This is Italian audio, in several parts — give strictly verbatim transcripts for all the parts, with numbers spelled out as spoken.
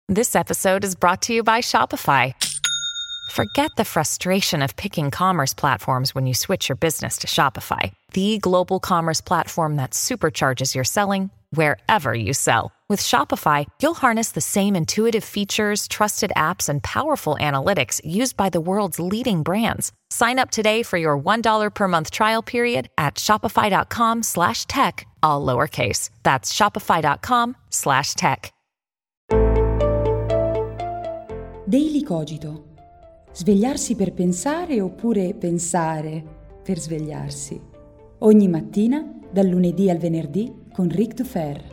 This episode is brought to you by Shopify. Forget the frustration of picking commerce platforms when you switch your business to Shopify, the global commerce platform that supercharges your selling wherever you sell. With Shopify, you'll harness the same intuitive features, trusted apps, and powerful analytics used by the world's leading brands. Sign up today for your one dollar per month trial period at shopify.com slash tech, all lowercase. That's shopify.com slash tech. Daily Cogito. Svegliarsi per pensare oppure pensare per svegliarsi. Ogni mattina, dal lunedì al venerdì, con Ric Dufer.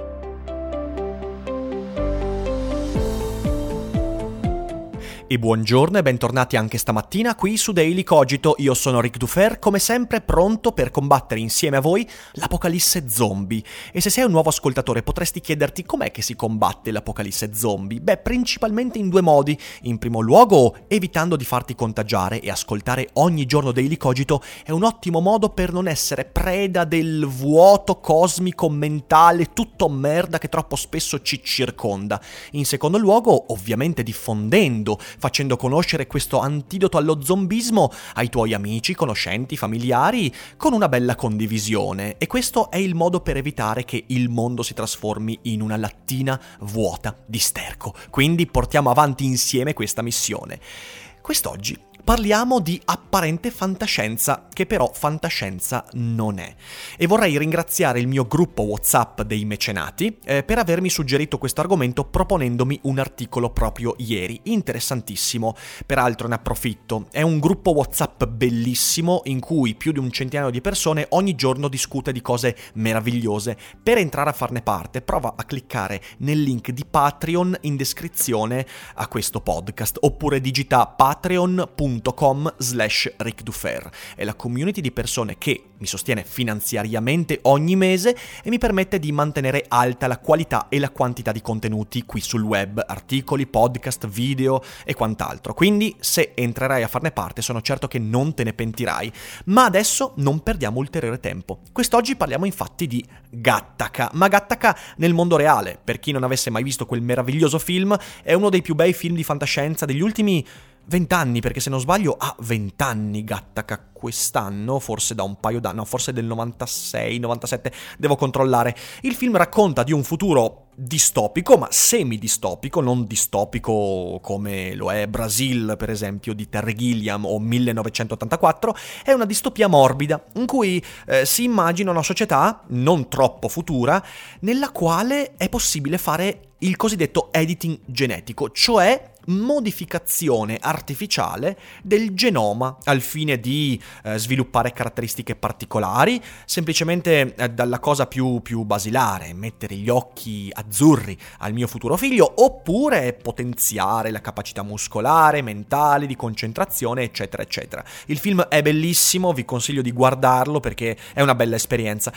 E buongiorno e bentornati anche stamattina qui su Daily Cogito. Io sono Ric Dufer, come sempre pronto per combattere insieme a voi l'apocalisse zombie. E se sei un nuovo ascoltatore potresti chiederti com'è che si combatte l'apocalisse zombie? Beh, principalmente in due modi. In primo luogo, evitando di farti contagiare, e ascoltare ogni giorno Daily Cogito è un ottimo modo per non essere preda del vuoto cosmico mentale tutto merda che troppo spesso ci circonda. In secondo luogo, ovviamente diffondendo, facendo conoscere questo antidoto allo zombismo ai tuoi amici, conoscenti, familiari, con una bella condivisione. E questo è il modo per evitare che il mondo si trasformi in una lattina vuota di sterco. Quindi portiamo avanti insieme questa missione. Quest'oggi parliamo di apparente fantascienza, che però fantascienza non è. E vorrei ringraziare il mio gruppo WhatsApp dei mecenati eh, per avermi suggerito questo argomento proponendomi un articolo proprio ieri. Interessantissimo, peraltro ne approfitto. È un gruppo WhatsApp bellissimo in cui più di un centinaio di persone ogni giorno discute di cose meravigliose. Per entrare a farne parte, prova a cliccare nel link di Patreon in descrizione a questo podcast, oppure digita patreon punto com slash Ric Dufer. È la community di persone che mi sostiene finanziariamente ogni mese e mi permette di mantenere alta la qualità e la quantità di contenuti qui sul web, articoli, podcast, video e quant'altro. Quindi se entrerai a farne parte sono certo che non te ne pentirai. Ma adesso non perdiamo ulteriore tempo. Quest'oggi parliamo infatti di Gattaca, ma Gattaca nel mondo reale. Per chi non avesse mai visto quel meraviglioso film, è uno dei più bei film di fantascienza degli ultimi vent'anni, perché se non sbaglio ha vent'anni Gattaca quest'anno, forse da un paio d'anni, no, forse del novantasei novantasette, devo controllare. Il film racconta di un futuro distopico, ma semi-distopico, non distopico come lo è Brasil, per esempio, di Terry Gilliam, o millenovecentottantaquattro. È una distopia morbida, in cui eh, si immagina una società non troppo futura, nella quale è possibile fare il cosiddetto editing genetico, cioè modificazione artificiale del genoma al fine di eh, sviluppare caratteristiche particolari, semplicemente eh, dalla cosa più, più basilare, mettere gli occhi azzurri al mio futuro figlio, oppure potenziare la capacità muscolare, mentale, di concentrazione, eccetera, eccetera. Il film è bellissimo, vi consiglio di guardarlo perché è una bella esperienza.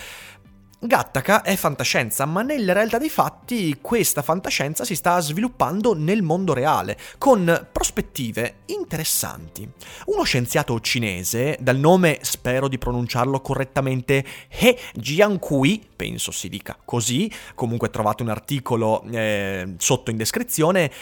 Gattaca è fantascienza, ma nella realtà dei fatti questa fantascienza si sta sviluppando nel mondo reale, con prospettive interessanti. Uno scienziato cinese, dal nome, spero di pronunciarlo correttamente, He Jiankui, penso si dica così, comunque trovate un articolo eh, sotto in descrizione,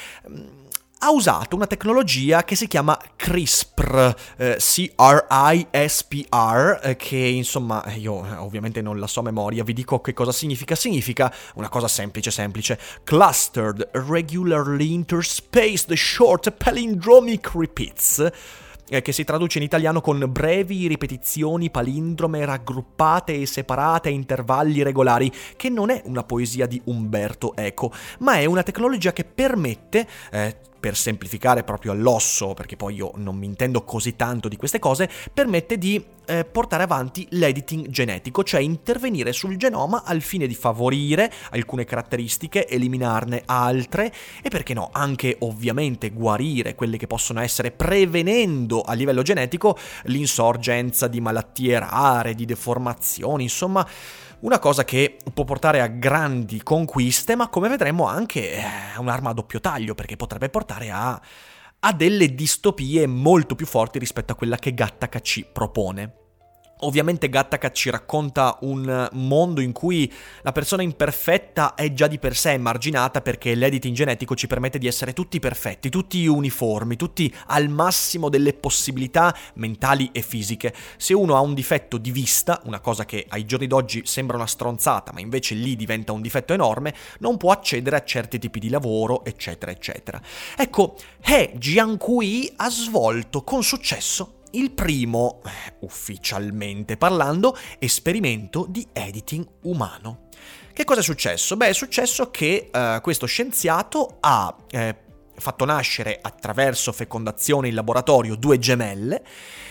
ha usato una tecnologia che si chiama CRISPR, eh, C R I S P R, eh, che insomma, io ovviamente non la so a memoria, vi dico che cosa significa. Significa una cosa semplice semplice, Clustered Regularly Interspaced Short Palindromic Repeats, eh, che si traduce in italiano con brevi ripetizioni palindrome raggruppate e separate a intervalli regolari, che non è una poesia di Umberto Eco, ma è una tecnologia che permette, eh, per semplificare proprio all'osso, perché poi io non mi intendo così tanto di queste cose, permette di eh, portare avanti l'editing genetico, cioè intervenire sul genoma al fine di favorire alcune caratteristiche, eliminarne altre e, perché no, anche ovviamente guarire quelle che possono essere, prevenendo a livello genetico l'insorgenza di malattie rare, di deformazioni, insomma una cosa che può portare a grandi conquiste, ma come vedremo anche è un'arma a doppio taglio, perché potrebbe portare a, a delle distopie molto più forti rispetto a quella che Gattaca ci propone. Ovviamente Gattaca ci racconta un mondo in cui la persona imperfetta è già di per sé emarginata, perché l'editing genetico ci permette di essere tutti perfetti, tutti uniformi, tutti al massimo delle possibilità mentali e fisiche. Se uno ha un difetto di vista, una cosa che ai giorni d'oggi sembra una stronzata, ma invece lì diventa un difetto enorme, non può accedere a certi tipi di lavoro, eccetera, eccetera. Ecco, He Jiankui ha svolto con successo il primo, ufficialmente parlando, esperimento di editing umano. Che cosa è successo? Beh, è successo che uh, questo scienziato ha eh, fatto nascere attraverso fecondazione in laboratorio due gemelle,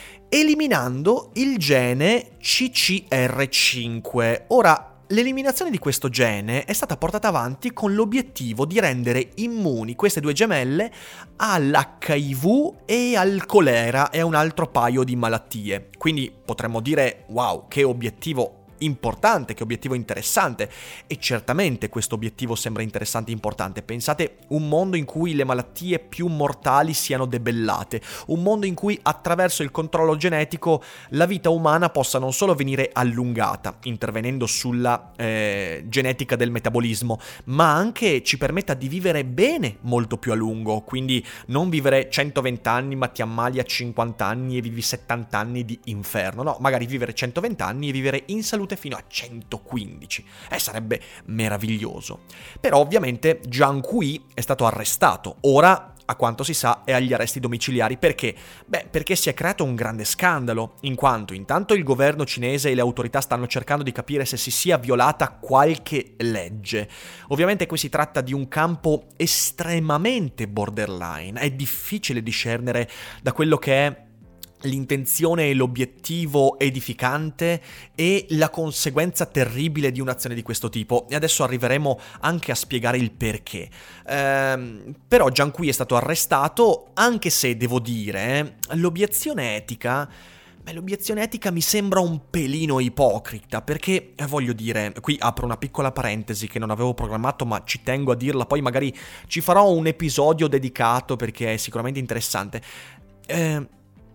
eliminando il gene C C R cinque. Ora, l'eliminazione di questo gene è stata portata avanti con l'obiettivo di rendere immuni queste due gemelle all'H I V e al colera e a un altro paio di malattie. Quindi potremmo dire, wow, che obiettivo importante, che obiettivo interessante, e certamente questo obiettivo sembra interessante e importante. Pensate, un mondo in cui le malattie più mortali siano debellate, un mondo in cui attraverso il controllo genetico la vita umana possa non solo venire allungata, intervenendo sulla eh, genetica del metabolismo, ma anche ci permetta di vivere bene molto più a lungo, quindi non vivere centoventi anni ma ti ammali a cinquanta anni e vivi settanta anni di inferno, no, magari vivere centoventi anni e vivere in salute fino a centoquindici. Eh, sarebbe meraviglioso. Però ovviamente Jiankui è stato arrestato. Ora, a quanto si sa, è agli arresti domiciliari. Perché? Beh, perché si è creato un grande scandalo, in quanto intanto il governo cinese e le autorità stanno cercando di capire se si sia violata qualche legge. Ovviamente qui si tratta di un campo estremamente borderline. È difficile discernere da quello che è l'intenzione e l'obiettivo edificante e la conseguenza terribile di un'azione di questo tipo, e adesso arriveremo anche a spiegare il perché. Ehm, però Jiankui è stato arrestato, anche se devo dire, l'obiezione etica Beh, l'obiezione etica mi sembra un pelino ipocrita, perché, eh, voglio dire, qui apro una piccola parentesi che non avevo programmato, ma ci tengo a dirla, poi magari ci farò un episodio dedicato perché è sicuramente interessante. Eh,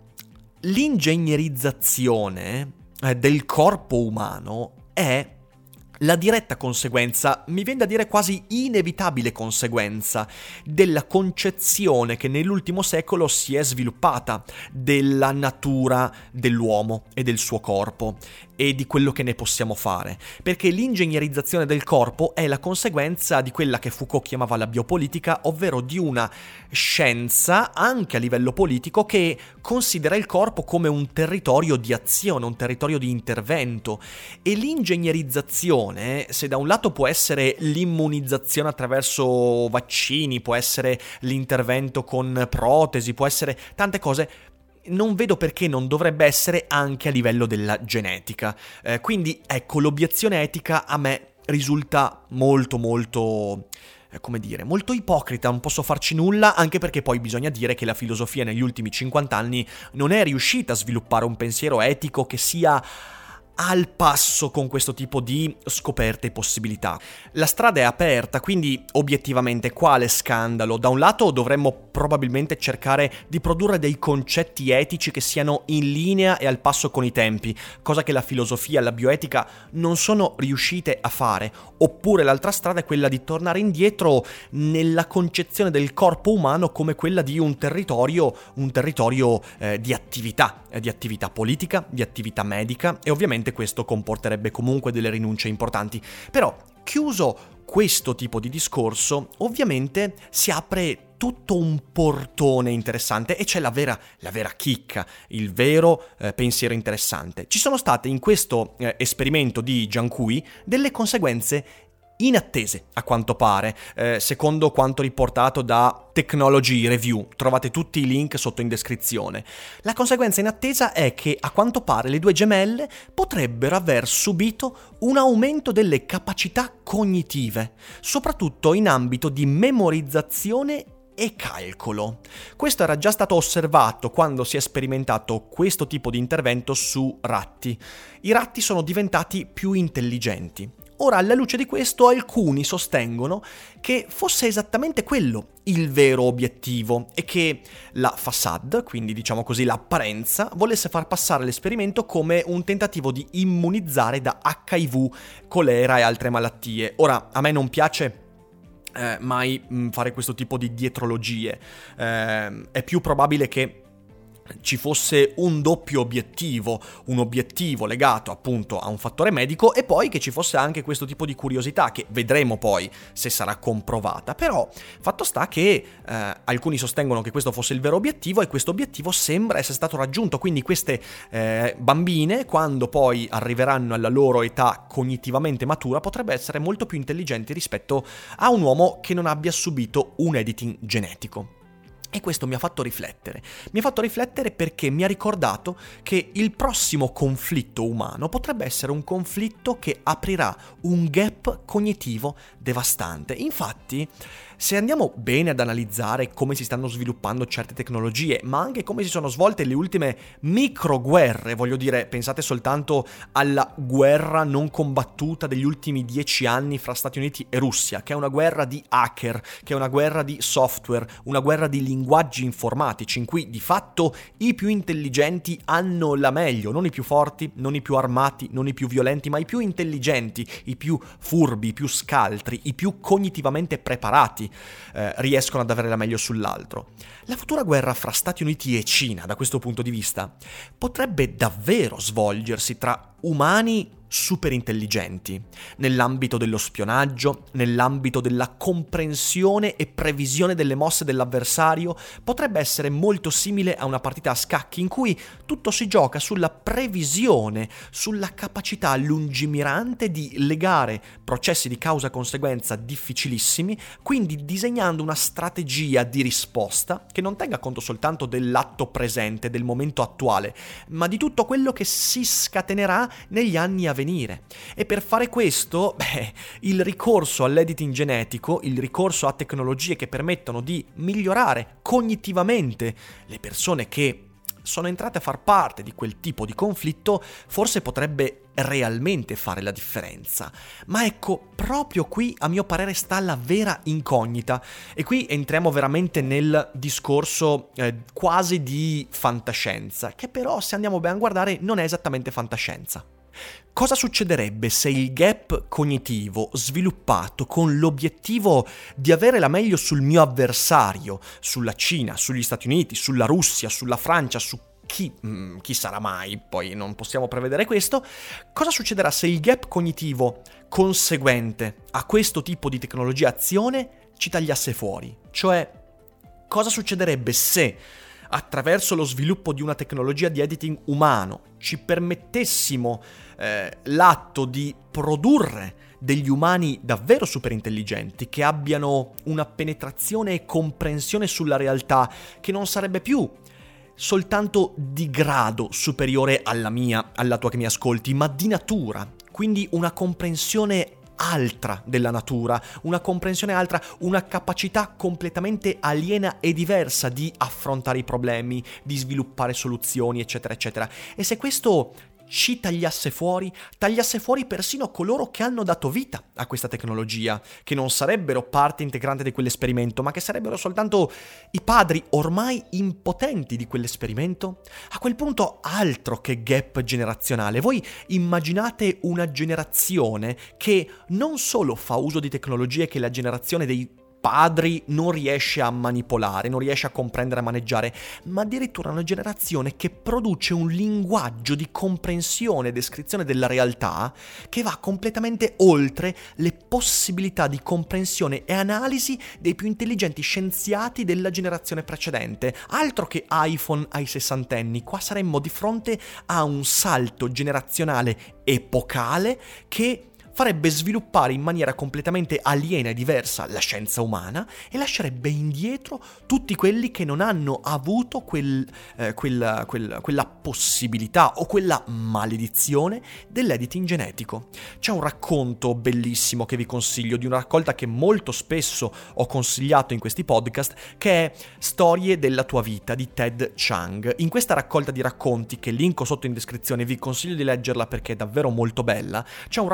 L'ingegnerizzazione eh, del corpo umano è la diretta conseguenza, mi viene da dire quasi inevitabile conseguenza, della concezione che nell'ultimo secolo si è sviluppata della natura dell'uomo e del suo corpo e di quello che ne possiamo fare, perché l'ingegnerizzazione del corpo è la conseguenza di quella che Foucault chiamava la biopolitica, ovvero di una scienza anche a livello politico che considera il corpo come un territorio di azione, un territorio di intervento, e l'ingegnerizzazione, se da un lato può essere l'immunizzazione attraverso vaccini, può essere l'intervento con protesi, può essere tante cose, non vedo perché non dovrebbe essere anche a livello della genetica. Eh, quindi ecco, l'obiezione etica a me risulta molto molto, eh, come dire, molto ipocrita, non posso farci nulla, anche perché poi bisogna dire che la filosofia negli ultimi cinquanta anni non è riuscita a sviluppare un pensiero etico che sia al passo con questo tipo di scoperte e possibilità. La strada è aperta, quindi obiettivamente quale scandalo? Da un lato dovremmo probabilmente cercare di produrre dei concetti etici che siano in linea e al passo con i tempi, cosa che la filosofia e la bioetica non sono riuscite a fare. Oppure l'altra strada è quella di tornare indietro nella concezione del corpo umano come quella di un territorio, un territorio eh, di attività, eh, di attività politica, di attività medica, e ovviamente questo comporterebbe comunque delle rinunce importanti. Però, chiuso questo tipo di discorso, ovviamente si apre tutto un portone interessante e c'è la vera, la vera chicca, il vero eh, pensiero interessante. Ci sono state in questo eh, esperimento di Jiankui delle conseguenze inattese, a quanto pare, eh, secondo quanto riportato da Technology Review. Trovate tutti i link sotto in descrizione. La conseguenza inattesa è che, a quanto pare, le due gemelle potrebbero aver subito un aumento delle capacità cognitive, soprattutto in ambito di memorizzazione e calcolo. Questo era già stato osservato quando si è sperimentato questo tipo di intervento su ratti. I ratti sono diventati più intelligenti. Ora, alla luce di questo, alcuni sostengono che fosse esattamente quello il vero obiettivo e che la façade, quindi diciamo così l'apparenza, volesse far passare l'esperimento come un tentativo di immunizzare da acca i vu, colera e altre malattie. Ora, a me non piace eh, mai mh, fare questo tipo di dietrologie, eh, è più probabile che ci fosse un doppio obiettivo, un obiettivo legato appunto a un fattore medico e poi che ci fosse anche questo tipo di curiosità che vedremo poi se sarà comprovata. Però fatto sta che eh, alcuni sostengono che questo fosse il vero obiettivo e questo obiettivo sembra essere stato raggiunto, quindi queste eh, bambine quando poi arriveranno alla loro età cognitivamente matura potrebbero essere molto più intelligenti rispetto a un uomo che non abbia subito un editing genetico. E questo mi ha fatto riflettere. Mi ha fatto riflettere perché mi ha ricordato che il prossimo conflitto umano potrebbe essere un conflitto che aprirà un gap cognitivo devastante. Infatti, se andiamo bene ad analizzare come si stanno sviluppando certe tecnologie, ma anche come si sono svolte le ultime microguerre, voglio dire, pensate soltanto alla guerra non combattuta degli ultimi dieci anni fra Stati Uniti e Russia, che è una guerra di hacker, che è una guerra di software, una guerra di linguaggi informatici, in cui di fatto i più intelligenti hanno la meglio, non i più forti, non i più armati, non i più violenti, ma i più intelligenti, i più furbi, i più scaltri, i più cognitivamente preparati. Eh, riescono ad avere la meglio sull'altro. La futura guerra fra Stati Uniti e Cina, da questo punto di vista, potrebbe davvero svolgersi tra umani super intelligenti, nell'ambito dello spionaggio, nell'ambito della comprensione e previsione delle mosse dell'avversario. Potrebbe essere molto simile a una partita a scacchi in cui tutto si gioca sulla previsione, sulla capacità lungimirante di legare processi di causa-conseguenza difficilissimi, quindi disegnando una strategia di risposta che non tenga conto soltanto dell'atto presente, del momento attuale, ma di tutto quello che si scatenerà negli anni a venire. E per fare questo, beh, il ricorso all'editing genetico, il ricorso a tecnologie che permettono di migliorare cognitivamente le persone che sono entrate a far parte di quel tipo di conflitto, forse potrebbe realmente fare la differenza. Ma ecco, proprio qui a mio parere sta la vera incognita, e qui entriamo veramente nel discorso eh, quasi di fantascienza, che però se andiamo bene a guardare non è esattamente fantascienza. Cosa succederebbe se il gap cognitivo sviluppato con l'obiettivo di avere la meglio sul mio avversario, sulla Cina, sugli Stati Uniti, sulla Russia, sulla Francia, su chi, mm, chi sarà mai, poi non possiamo prevedere questo, cosa succederà se il gap cognitivo conseguente a questo tipo di tecnologia azione ci tagliasse fuori? Cioè, cosa succederebbe se attraverso lo sviluppo di una tecnologia di editing umano ci permettessimo eh, l'atto di produrre degli umani davvero super intelligenti, che abbiano una penetrazione e comprensione sulla realtà che non sarebbe più soltanto di grado superiore alla mia, alla tua che mi ascolti, ma di natura, quindi una comprensione altra della natura, una comprensione altra, una capacità completamente aliena e diversa di affrontare i problemi, di sviluppare soluzioni, eccetera, eccetera. E se questo ci tagliasse fuori, tagliasse fuori persino coloro che hanno dato vita a questa tecnologia, che non sarebbero parte integrante di quell'esperimento, ma che sarebbero soltanto i padri ormai impotenti di quell'esperimento, a quel punto altro che gap generazionale. Voi immaginate una generazione che non solo fa uso di tecnologie che la generazione dei padri non riesce a manipolare, non riesce a comprendere, a maneggiare, ma addirittura una generazione che produce un linguaggio di comprensione e descrizione della realtà che va completamente oltre le possibilità di comprensione e analisi dei più intelligenti scienziati della generazione precedente. Altro che iPhone ai sessantenni, qua saremmo di fronte a un salto generazionale epocale che farebbe sviluppare in maniera completamente aliena e diversa la scienza umana e lascerebbe indietro tutti quelli che non hanno avuto quel, eh, quella, quel, quella possibilità o quella maledizione dell'editing genetico. C'è un racconto bellissimo che vi consiglio, di una raccolta che molto spesso ho consigliato in questi podcast, che è Storie della tua vita di Ted Chiang. In questa raccolta di racconti, che linko sotto in descrizione, vi consiglio di leggerla perché è davvero molto bella, c'è un racconto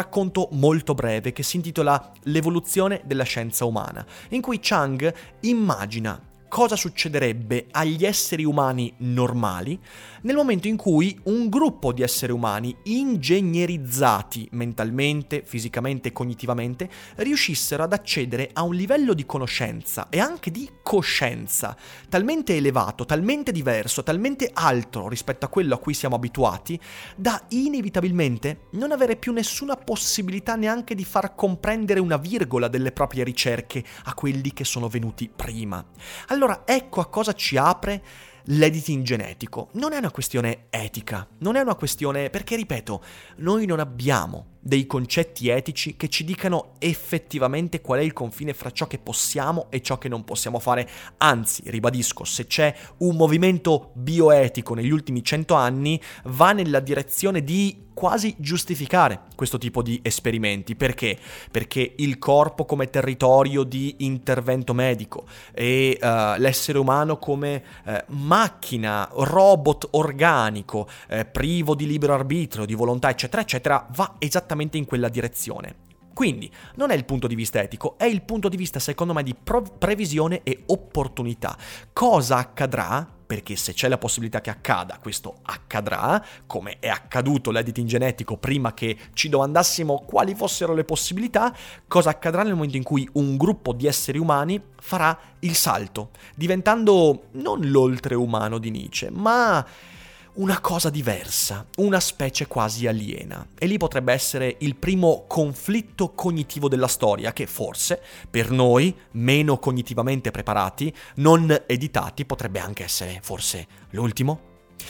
molto breve che si intitola L'evoluzione della scienza umana, in cui Chang immagina cosa succederebbe agli esseri umani normali nel momento in cui un gruppo di esseri umani ingegnerizzati mentalmente, fisicamente e cognitivamente riuscissero ad accedere a un livello di conoscenza e anche di coscienza talmente elevato, talmente diverso, talmente altro rispetto a quello a cui siamo abituati, da inevitabilmente non avere più nessuna possibilità neanche di far comprendere una virgola delle proprie ricerche a quelli che sono venuti prima. Allora ecco a cosa ci apre l'editing genetico. Non è una questione etica, non è una questione perché, ripeto, noi non abbiamo dei concetti etici che ci dicano effettivamente qual è il confine fra ciò che possiamo e ciò che non possiamo fare. Anzi, ribadisco, se c'è un movimento bioetico negli ultimi cento anni, va nella direzione di quasi giustificare questo tipo di esperimenti. Perché? Perché il corpo come territorio di intervento medico e uh, l'essere umano come uh, macchina, robot organico, uh, privo di libero arbitrio, di volontà, eccetera, eccetera, va esattamente in quella direzione. Quindi non è il punto di vista etico, è il punto di vista, secondo me, di pro- previsione e opportunità. Cosa accadrà? Perché se c'è la possibilità che accada, questo accadrà, come è accaduto l'editing genetico prima che ci domandassimo quali fossero le possibilità. Cosa accadrà nel momento in cui un gruppo di esseri umani farà il salto, diventando non l'oltreumano di Nietzsche, ma una cosa diversa, una specie quasi aliena. E lì potrebbe essere il primo conflitto cognitivo della storia che forse, per noi, meno cognitivamente preparati, non editati, potrebbe anche essere forse l'ultimo.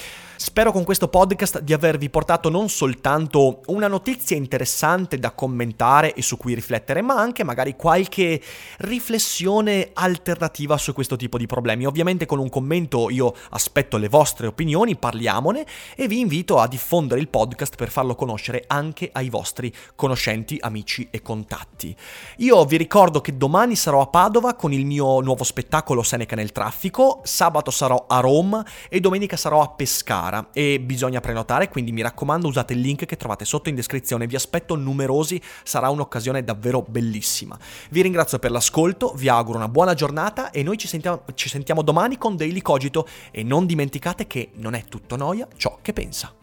Spero con questo podcast di avervi portato non soltanto una notizia interessante da commentare e su cui riflettere, ma anche magari qualche riflessione alternativa su questo tipo di problemi. Ovviamente con un commento io aspetto le vostre opinioni, parliamone e vi invito a diffondere il podcast per farlo conoscere anche ai vostri conoscenti, amici e contatti. Io vi ricordo che domani sarò a Padova con il mio nuovo spettacolo Seneca nel traffico, sabato sarò a Roma e domenica sarò a Pescara. E bisogna prenotare, quindi mi raccomando usate il link che trovate sotto in descrizione, vi aspetto numerosi, sarà un'occasione davvero bellissima. Vi ringrazio per l'ascolto, vi auguro una buona giornata e noi ci sentiamo, ci sentiamo domani con Daily Cogito e non dimenticate che non è tutto noia ciò che pensa.